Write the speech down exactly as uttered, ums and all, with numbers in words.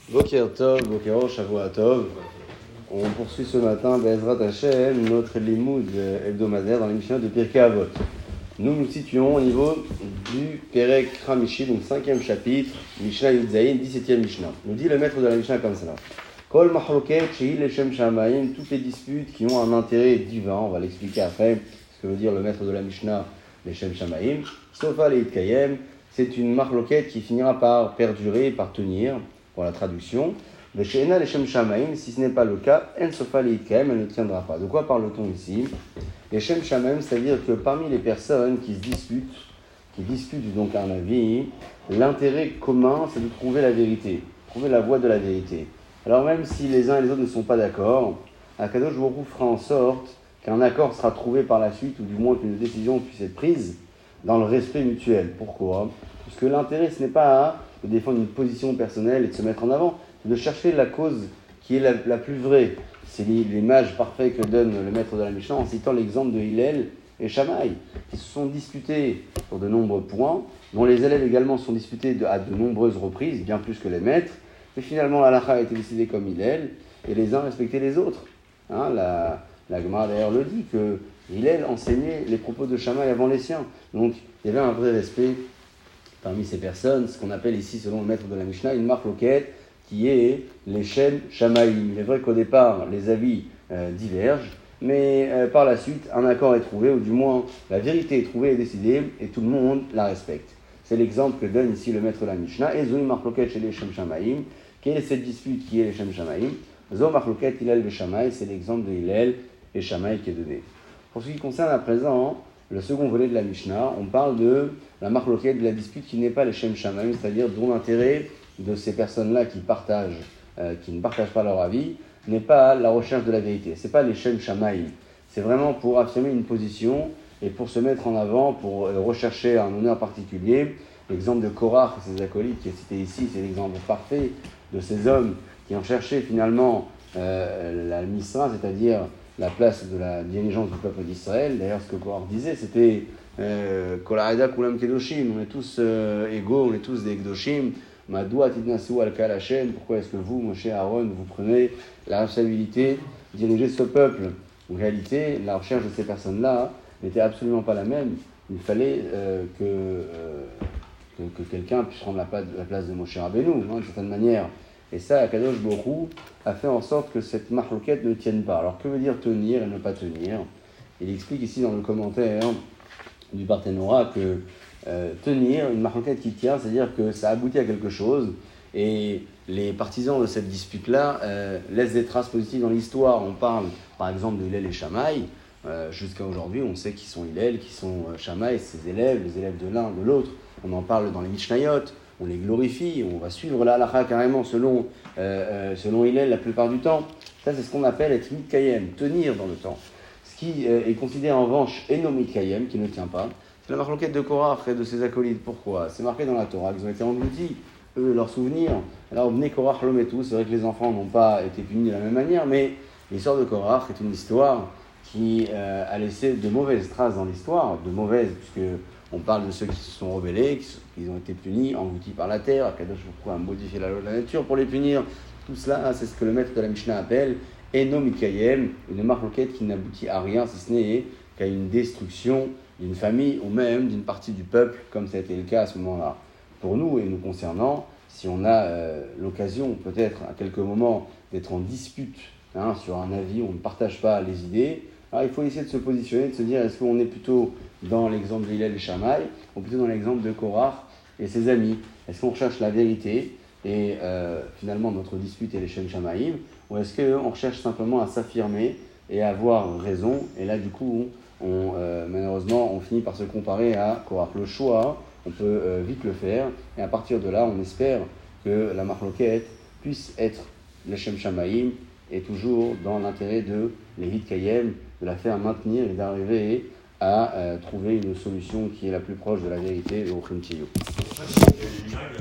Boker Tov, Boker Shavua Tov. On poursuit ce matin, Be'ezrat Hashem, notre limoud hebdomadaire dans les Mishnah de Pirkei Avot. Nous nous situons au niveau du Perek Hamishi, donc cinquième chapitre, Mishnah Yud Zayin, dix-septième Mishnah. Nous dit le maître de la Mishnah comme cela. Kol Mahloket Shehi Leshem Shamayim, toutes les disputes qui ont un intérêt divin, on va l'expliquer après, ce que veut dire le maître de la Mishnah, Leshem Shamayim, Sofa Leit Kayem, c'est une Mahloket qui finira par perdurer, par tenir, pour la traduction. Le She'ena Leshem Shamayim, si ce n'est pas le cas, En Sofa Leit Kayem, elle ne tiendra pas. De quoi parle-t-on ici? Leshem Shamayim, c'est-à-dire que parmi les personnes qui se disputent, qui discutent donc un avis, l'intérêt commun, c'est de trouver la vérité, trouver la voie de la vérité. Alors même si les uns et les autres ne sont pas d'accord, Akadosh Baruch Hu fera en sorte qu'un accord sera trouvé par la suite, ou du moins qu'une décision puisse être prise dans le respect mutuel. Pourquoi? Parce que l'intérêt, ce n'est pas de défendre une position personnelle et de se mettre en avant, c'est de chercher la cause qui est la, la plus vraie. C'est l'image parfaite que donne le maître de la Mishnah en citant l'exemple de Hillel et Shammai, qui se sont disputés sur de nombreux points, dont les élèves également sont disputés de, à de nombreuses reprises, bien plus que les maîtres. Et finalement, la halakha a été décidée comme Hillel, et les uns respectaient les autres. Hein, la, la Gemara d'ailleurs le dit, que Hillel enseignait les propos de Shammai avant les siens. Donc, il y avait un vrai respect parmi ces personnes, ce qu'on appelle ici, selon le maître de la Mishnah, une marloquette, qui est les Shem Shamaïm. Il est vrai qu'au départ, les avis euh, divergent, mais euh, par la suite, un accord est trouvé, ou du moins, la vérité est trouvée et décidée, et tout le monde la respecte. C'est l'exemple que donne ici le maître de la Mishnah. Et Zoui marloquette chez les Shem Shamaïm. Quelle est cette dispute qui est les Shem Shamaïm? Zo marloquette Hillel et Shammai, c'est l'exemple de Hillel et Shammai qui est donné. Pour ce qui concerne à présent le second volet de la Mishnah, on parle de la marloquette, de la dispute qui n'est pas les Shem Shamaïm, c'est-à-dire dont l'intérêt de ces personnes-là qui partagent, euh, qui ne partagent pas leur avis, n'est pas la recherche de la vérité. C'est pas les Shem Shamaïm. C'est vraiment pour affirmer une position et pour se mettre en avant, pour euh, rechercher un honneur particulier. L'exemple de Korach et ses acolytes qui est cité ici, c'est l'exemple parfait de ces hommes qui ont cherché finalement euh, la Misra, c'est-à-dire la place de la dirigeance du peuple d'Israël. D'ailleurs, ce que Korach disait, c'était Kol ha'ada kulam kedoshim, on est tous euh, égaux, on est tous des kedoshim. Madoua tidnasu al kal Hashem, pourquoi est-ce que vous, Moshe Aaron, vous prenez la responsabilité de diriger ce peuple? En réalité, la recherche de ces personnes-là n'était absolument pas la même. Il fallait euh, que, euh, que, que quelqu'un puisse prendre la, la place de Moshe Rabbeinu, hein, d'une certaine manière. Et ça, Akadosh Baruch Hu a fait en sorte que cette marloquette ne tienne pas. Alors, que veut dire tenir et ne pas tenir? Il explique ici dans le commentaire du Barthénora que euh, tenir, une marloquette qui tient, c'est-à-dire que ça aboutit à quelque chose, et les partisans de cette dispute-là euh, laissent des traces positives dans l'histoire. On parle, par exemple, de Hillel et Shammai. Euh, jusqu'à aujourd'hui, on sait qui sont Hillel, qui sont euh, Shammai, ses élèves, les élèves de l'un, de l'autre. On en parle dans les Mishnayot. On les glorifie, on va suivre la halakha carrément selon, euh, euh, selon Hillel la plupart du temps. Ça, c'est ce qu'on appelle être mitkayem, tenir dans le temps. Ce qui euh, est considéré en revanche eno mitkayem, qui ne tient pas, c'est la marloquette de Korach et de ses acolytes. Pourquoi? C'est marqué dans la Torah qu'ils ont été engloutis, eux, leurs souvenirs. Alors, venez Korach l'ometou, c'est vrai que les enfants n'ont pas été punis de la même manière, mais l'histoire de Korach est une histoire qui euh, a laissé de mauvaises traces dans l'histoire, de mauvaises, puisque on parle de ceux qui se sont rebellés, qui, qui ont été punis, engloutis par la terre. Akadosh Baruch Hu a modifié la loi de la nature pour les punir. Tout cela, c'est ce que le maître de la Mishnah appelle Eno Mikayem, une marloquette qui n'aboutit à rien, si ce n'est qu'à une destruction d'une famille ou même d'une partie du peuple, comme ça a été le cas à ce moment-là. Pour nous et nous concernant, si on a euh, l'occasion, peut-être à quelques moments, d'être en dispute hein, sur un avis, on ne partage pas les idées, alors il faut essayer de se positionner, de se dire est-ce qu'on est plutôt dans l'exemple de Hillel et Shammai, ou plutôt dans l'exemple de Korach et ses amis? Est-ce qu'on recherche la vérité et euh, finalement notre dispute est les Shem Shamaïm, ou est-ce qu'on recherche simplement à s'affirmer et à avoir raison? Et là du coup, on, euh, malheureusement, on finit par se comparer à Korach. Le choix, on peut euh, vite le faire, et à partir de là, on espère que la marloquette puisse être les Shem Shamaïm et toujours dans l'intérêt de l'Ehid Kayem, de la faire maintenir et d'arriver à euh, trouver une solution qui est la plus proche de la vérité au Khimtiyu.